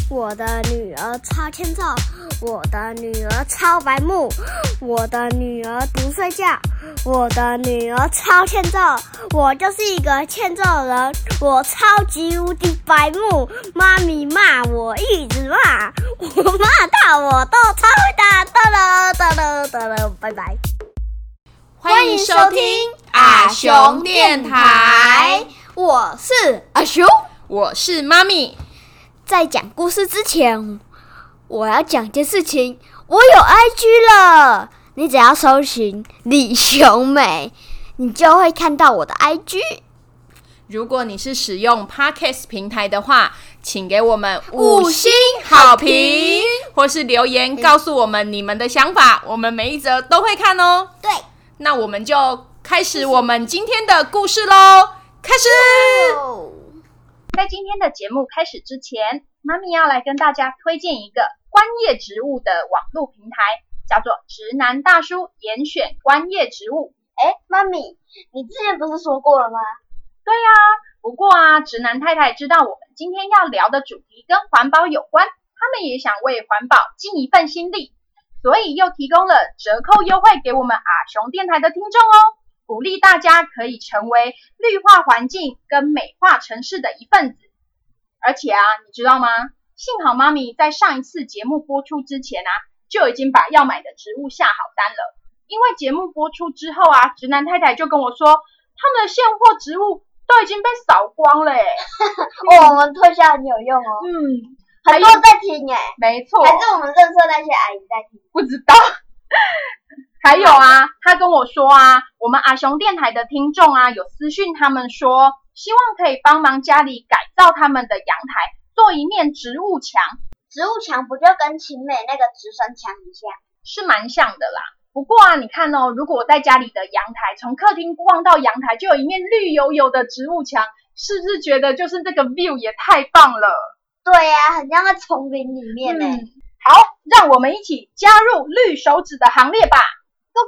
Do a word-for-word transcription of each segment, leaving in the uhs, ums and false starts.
我的女儿超欠揍，我的女儿超白目，我的女儿不睡觉，我的女儿超欠揍，我就是一个欠揍人，我超级无敌白目，妈咪骂我一直骂，我骂到我都超会打，哒了哒了哒了，拜拜。 欢迎收听阿雄电台， 我是阿雄， 我是妈咪。 在讲故事之前，我要讲件事情，我有 I G 了，你只要搜寻李雄美，你就会看到我的 I G。 如果你是使用 Podcast 平台的话，请给我们五星好评，或是留言告诉我们你们的想法，我们每一则都会看哦。 对， 那我们就开始我们今天的故事咯，开始。在今天的节目开始之前，妈咪要来跟大家推荐一个观叶植物的网络平台，叫做直男大叔严选观叶植物。 诶，妈咪，你之前不是说过了吗？ 对啊，不过啊，直男太太知道我们今天要聊的主题跟环保有关，他们也想为环保尽一份心力，所以又提供了折扣优惠给我们阿雄电台的听众哦，鼓励大家可以成为绿化环境跟美化城市的一份子。而且啊，你知道吗？幸好妈咪在上一次节目播出之前啊，就已经把要买的植物下好单了。因为节目播出之后啊，直男太太就跟我说，他们的现货植物都已经被扫光了耶。 哦，我们推销很有用哦。 嗯， 很多在听耶。 没错。 还是我们认识那些阿姨在听？ 不知道。还有啊，他跟我说啊，我们阿雄电台的听众啊，有私讯他们说，希望可以帮忙家里改造他们的阳台，做一面植物墙。 植物墙不就跟晴美那个直升墙一样？ 是蛮像的啦。不过啊，你看哦，如果我在家里的阳台，从客厅望到阳台就有一面绿油油的植物墙，是不是觉得就是这个 view 也太棒了？ 对啊，很像在丛林里面耶。 嗯，好，让我们一起加入绿手指的行列吧。 Go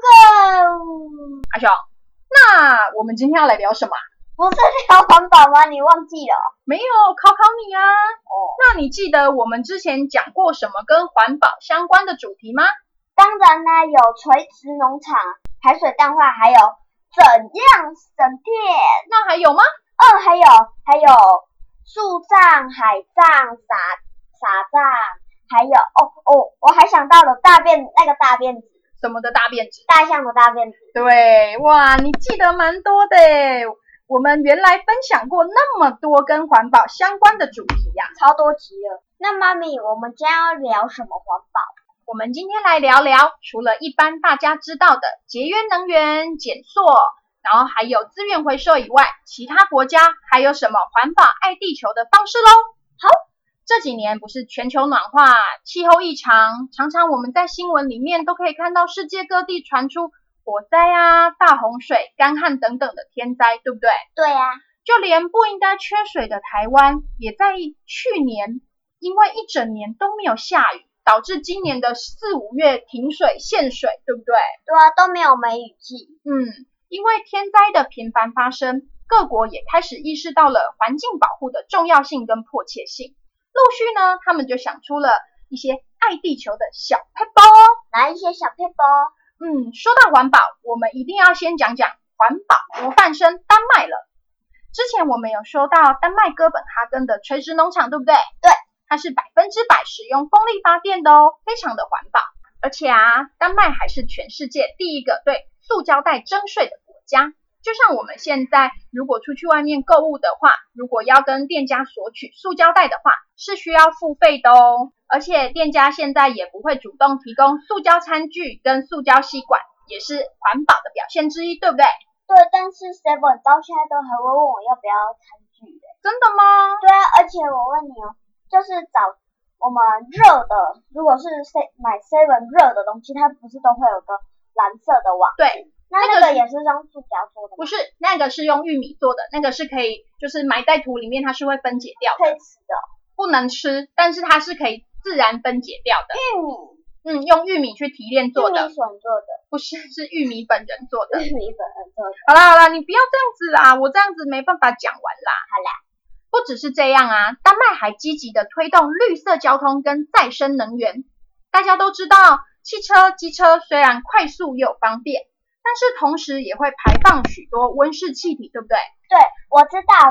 go！ 阿雄，那我们今天要来聊什么？ 不是聊环保吗？你忘记了？ 没有，考考你啊。哦，那你记得我们之前讲过什么跟环保相关的主题吗？ 当然啦，有垂直农场、排水淡化，还有怎样省电。 那还有吗？ 嗯，还有还有树葬、海葬、撒撒葬，还有哦哦，我还想到了大便那个大便纸。 什么的大便纸？ 大象的大便纸。对， 哇，你记得蛮多的耶。我们原来分享过那么多跟环保相关的主题呀、啊， 超多集了。那妈咪，我们将要聊什么环保？ 我们今天来聊聊，除了一般大家知道的节约能源、减塑，然后还有资源回收以外，其他国家还有什么环保爱地球的方式咯？好，这几年不是全球暖化、气候异常，常常我们在新闻里面都可以看到世界各地传出火灾啊、大洪水、干旱等等的天灾，对不对？ 对啊， 就连不应该缺水的台湾，也在去年因为一整年都没有下雨，导致今年的四五月停水限水，对不对？ 对啊，都没有梅雨季。 嗯，因为天灾的频繁发生，各国也开始意识到了环境保护的重要性跟迫切性。陆续呢，他们就想出了一些爱地球的小撇步哦。 哪一些小撇步？ 嗯，说到环保，我们一定要先讲讲环保模范生丹麦了。之前我们有说到丹麦哥本哈根的垂直农场，对不对？ 对， 它是百分之百使用风力发电的哦，非常的环保。而且啊，丹麦还是全世界第一个对塑胶袋征税的国家。就像我们现在如果出去外面购物的话，如果要跟店家索取塑胶袋的话，是需要付费的哦。而且店家现在也不会主动提供塑胶餐具跟塑胶吸管，也是环保的表现之一，对不对？ 对，但是 Seven 到现在都还会问我要不要餐具的。 真的吗？ 对啊，而且我问你哦，就是找我们热的，如果是 买 Seven 热的东西，它不是都会有个蓝色的网？ 对。 那那个也是用塑胶做的吗？ 不是，那个是用玉米做的，那个是可以就是埋在土里面，它是会分解掉的。 可以吃的？ 不能吃，但是它是可以自然分解掉的。 玉米？ 嗯，用玉米去提炼做的。 玉米笋做的？ 不是，是玉米本人做的。 玉米本人做的。 好啦好啦，你不要这样子啦，我这样子没办法讲完啦。 好啦， 不只是这样啊，丹麦还积极的推动绿色交通跟再生能源。大家都知道，汽车、机车虽然快速又方便，但是同时也会排放许多温室气体，对不对？ 对，我知道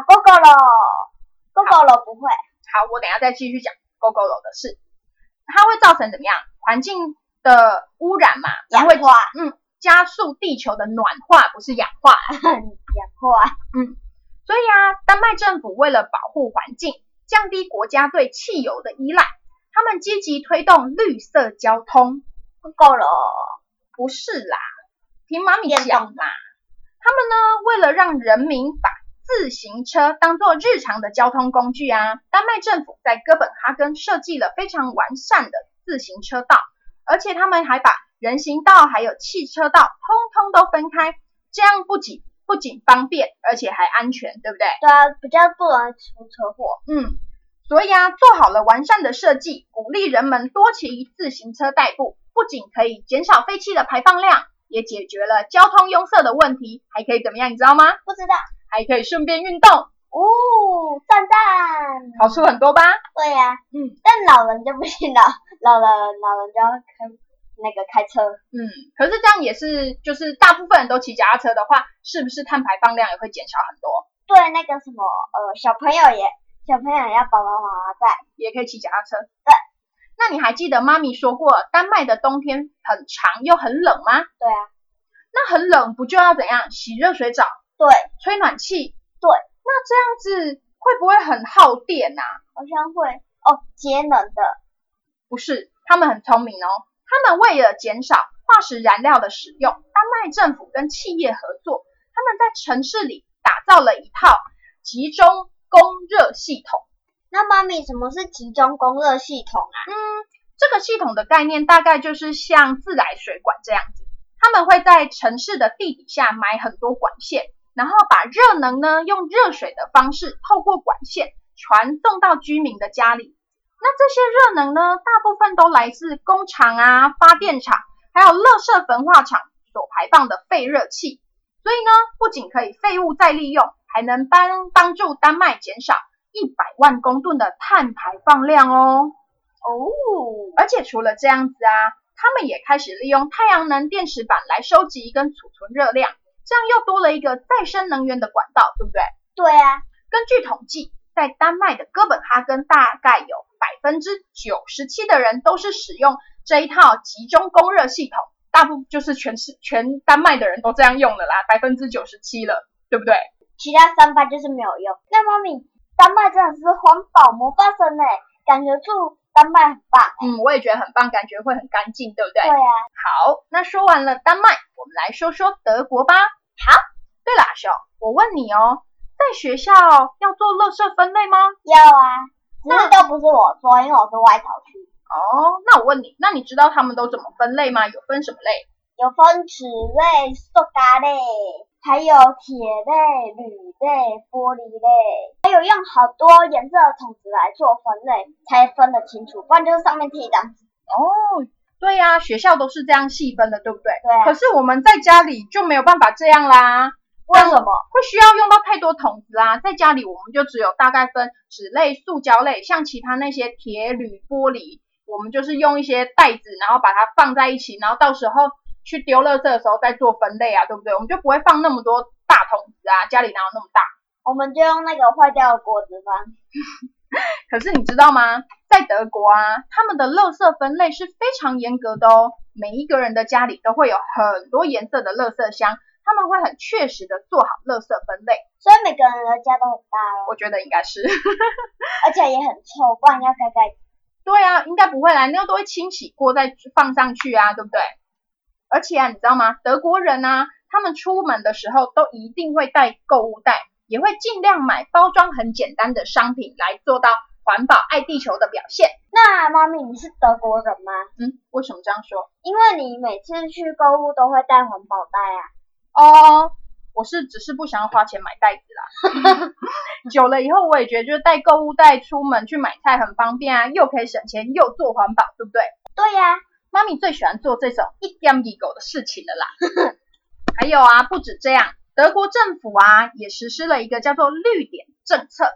，Gogoro，Gogoro 不会。 好，我等一下再继续讲 Gogoro 的事。它会造成怎么样？环境的污染嘛，然后会氧化， 嗯，加速地球的暖化，不是氧化， 氧化。 嗯，所以啊，丹麦政府为了保护环境，降低国家对汽油的依赖，他们积极推动绿色交通。 Gogoro 不是啦，听妈咪讲嘛。他们呢，为了让人民把自行车当作日常的交通工具啊，丹麦政府在哥本哈根设计了非常完善的自行车道，而且他们还把人行道还有汽车道通通都分开，这样不仅不仅方便，而且还安全，对不对？ 对啊，比较不容易出车祸。 嗯，所以啊，做好了完善的设计，鼓励人们多骑自行车代步，不仅可以减少废气的排放量，也解决了交通拥塞的问题，还可以怎么样？你知道吗？ 不知道。 还可以顺便运动哦，赞赞， 好处很多吧？ 对呀、啊， 嗯， 但老人就不行了，老人老人就要开那个开车。 嗯，可是这样也是，就是大部分人都骑脚踏车的话，是不是碳排放量也会减少很多？ 对，那个什么呃，小朋友也小朋友也要爸爸妈妈在， 也可以骑脚踏车。 对， 那你还记得妈咪说过，丹麦的冬天很长又很冷吗？ 对啊， 那很冷不就要怎样？洗热水澡？ 对， 吹暖气？ 对， 那这样子会不会很耗电啊？ 好像会哦，节能的。 不是，他们很聪明哦。他们为了减少化石燃料的使用，丹麦政府跟企业合作，他们在城市里打造了一套集中供热系统。 那妈咪，什么是集中供热系统啊？ 嗯，这个系统的概念大概就是像自来水管这样子，他们会在城市的地底下埋很多管线，然后把热能呢用热水的方式透过管线传送到居民的家里。那这些热能呢，大部分都来自工厂啊、发电厂，还有垃圾焚化厂所排放的废热气。所以呢，不仅可以废物再利用，还能帮帮助丹麦减少一百万公吨的碳排放量哦。 哦， 而且除了这样子啊，他们也开始利用太阳能电池板来收集跟储存热量，这样又多了一个再生能源的管道，对不对？ 对啊。 根据统计，在丹麦的哥本哈根大概有百分之九十七的人都是使用这一套集中供热系统，大部分就是全是全丹麦的人都这样用了啦，百分之九十七了，对不对？ 其他三趴就是没有用。那妈咪，丹麦真的是环保模范生耶，感觉住丹麦很棒。 嗯，我也觉得很棒，感觉会很干净，对不对？ 对啊。 好，那说完了丹麦，我们来说说德国吧。 好。 对了，阿秀，我问你哦，在学校要做垃圾分类吗？ 要啊，只是都不是我做，因为我是外考区。 哦，那我问你，那你知道他们都怎么分类吗？有分什么类？ 有分纸类、塑胶类，还有铁类、铝类、玻璃类，还有用好多颜色的桶子来做分类，才分得清楚，不然就是上面贴一张纸。 哦，对呀、啊，学校都是这样细分的，对不对？ 对、啊。 可是我们在家里就没有办法这样啦。 为什么？ 会需要用到太多桶子啊，在家里我们就只有大概分纸类、塑胶类，像其他那些铁、铝、玻璃，我们就是用一些袋子，然后把它放在一起，然后到时候去丢垃圾的时候再做分类啊，对不对？我们就不会放那么多大桶子啊，家里哪有那么大？ 我们就用那个坏掉的锅子放。 可是你知道吗？在德国啊，他们的垃圾分类是非常严格的哦，每一个人的家里都会有很多颜色的垃圾箱。他们会很确实的做好垃圾分类， 所以每个人的家都很大哦。 我觉得应该是， 而且也很臭，不然要盖盖子。 对啊，应该不会啦，那个都会清洗过再放上去啊，对不对？而且啊，你知道吗？德国人啊，他们出门的时候都一定会带购物袋，也会尽量买包装很简单的商品来做到环保、爱地球的表现。 那妈咪，你是德国人吗？ 嗯，为什么这样说？ 因为你每次去购物都会带环保袋啊。 哦，我是只是不想要花钱买袋子啦。久了以后，我也觉得就是带购物袋出门去买菜很方便啊，又可以省钱又做环保，对不对？ 对呀、啊， 妈咪最喜欢做这种一点一狗的事情了啦。还有啊，不止这样，德国政府啊也实施了一个叫做绿点政策。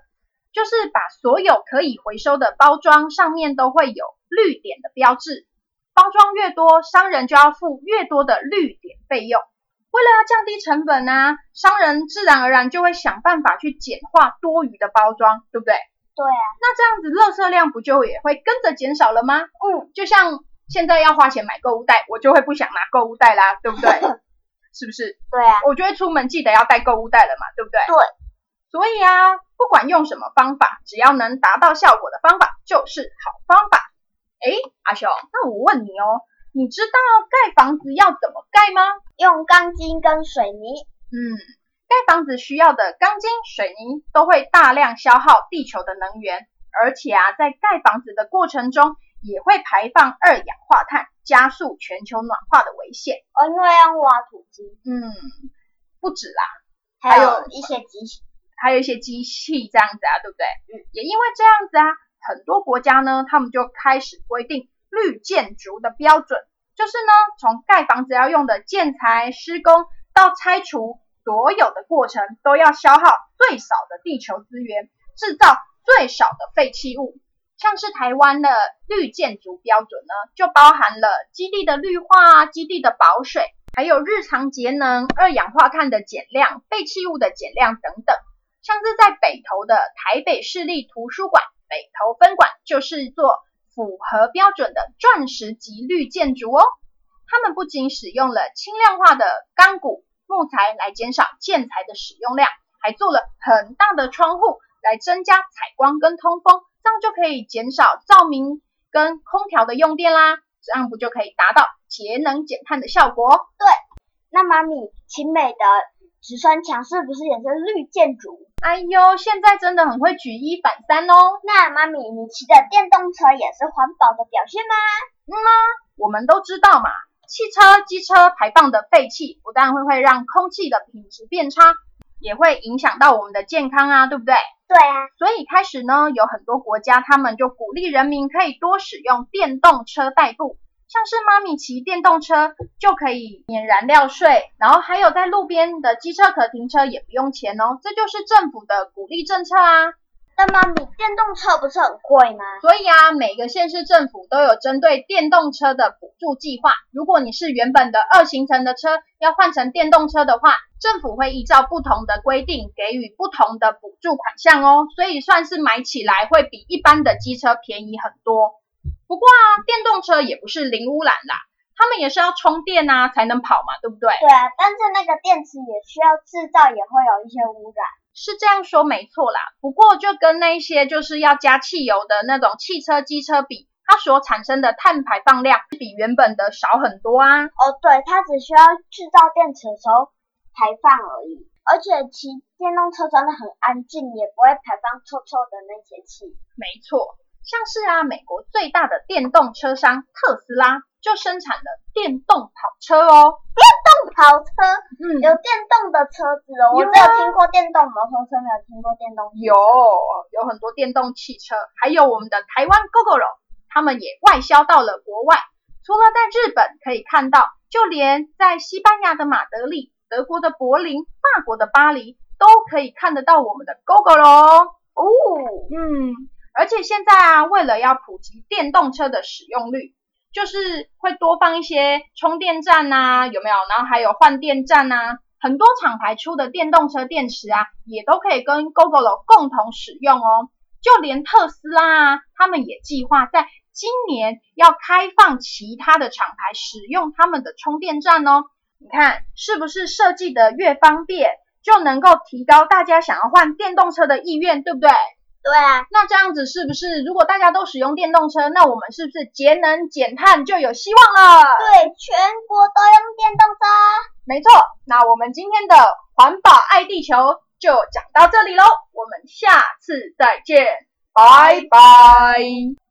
就是把所有可以回收的包装上面都会有绿点的标志，包装越多，商人就要付越多的绿点费用。为了要降低成本啊，商人自然而然就会想办法去简化多余的包装，对不对？ 对啊。 那这样子垃圾量不就也会跟着减少了吗？嗯，就像现在要花钱买购物袋，我就会不想拿购物袋啦，对不对？是不是？ 对啊。 我就会出门记得要带购物袋了嘛，对不对？ 对。 所以啊，不管用什么方法，只要能达到效果的方法就是好方法。诶，阿雄，那我问你哦，你知道盖房子要怎么盖吗？ 用钢筋跟水泥。 嗯，盖房子需要的钢筋、水泥都会大量消耗地球的能源，而且啊，在盖房子的过程中也会排放二氧化碳，加速全球暖化的危险。 哦，因为要挖土机。 嗯，不止啦， 还有一些机器。 还有一些机器这样子啊，对不对？嗯，也因为这样子啊，很多国家呢，他们就开始规定绿建筑的标准，就是呢，从盖房子要用的建材、施工到拆除，所有的过程都要消耗最少的地球资源，制造最少的废弃物。像是台湾的绿建筑标准呢，就包含了基地的绿化、基地的保水，还有日常节能、二氧化碳的减量、废弃物的减量等等。像是在北投的台北市立图书馆北投分馆，就是做符合标准的钻石级绿建筑哦。他们不仅使用了轻量化的钢骨木材来减少建材的使用量，还做了很大的窗户来增加采光跟通风，这样就可以减少照明跟空调的用电啦，这样不就可以达到节能减碳的效果？ 对。那妈咪，晴美的直升墙是不是也是绿建筑？ 哎呦，现在真的很会举一反三哦。 那妈咪，你骑的电动车也是环保的表现吗？ 嗯啊，我们都知道嘛，汽车、机车排放的废气不但会会让空气的品质变差，也会影响到我们的健康啊，对不对？ 对啊。所以开始呢，有很多国家他们就鼓励人民可以多使用电动车代步。像是妈咪骑电动车就可以免燃料税，然后还有在路边的机车可停车也不用钱哦，这就是政府的鼓励政策啊。 但妈咪，电动车不是很贵吗？ 所以啊，每个县市政府都有针对电动车的补助计划。如果你是原本的二行程的车，要换成电动车的话，政府会依照不同的规定给予不同的补助款项哦，所以算是买起来会比一般的机车便宜很多。不过啊，电动车也不是零污染啦，他们也是要充电啊才能跑嘛，对不对？ 对啊，但是那个电池也需要制造，也会有一些污染。 是这样说没错啦，不过就跟那些就是要加汽油的那种汽车、机车比，它所产生的碳排放量比原本的少很多啊。 哦，对，它只需要制造电池的时候排放而已，而且骑电动车真的很安静，也不会排放臭臭的那些气。 没错。像是啊，美国最大的电动车商特斯拉就生产了电动跑车哦。 电动跑车？ 嗯， 有电动的车子哦。我只有听过电动摩托车，没有听过电动汽车。 有，有很多电动汽车，还有我们的台湾 Gogoro， 他们也外销到了国外。除了在日本可以看到，就连在西班牙的马德里、德国的柏林、法国的巴黎，都可以看得到我们的 Gogoro 哦。 哦， 嗯。而且现在啊，为了要普及电动车的使用率，就是会多放一些充电站啊，有没有？然后还有换电站啊，很多厂牌出的电动车电池啊，也都可以跟 Gogoro 共同使用哦。就连特斯拉啊，他们也计划在今年要开放其他的厂牌使用他们的充电站哦。你看是不是设计的越方便，就能够提高大家想要换电动车的意愿，对不对？ 对啊。 那这样子是不是如果大家都使用电动车，那我们是不是节能减碳就有希望了？ 对，全国都用电动车。 没错，那我们今天的环保爱地球就讲到这里咯，我们下次再见，拜拜。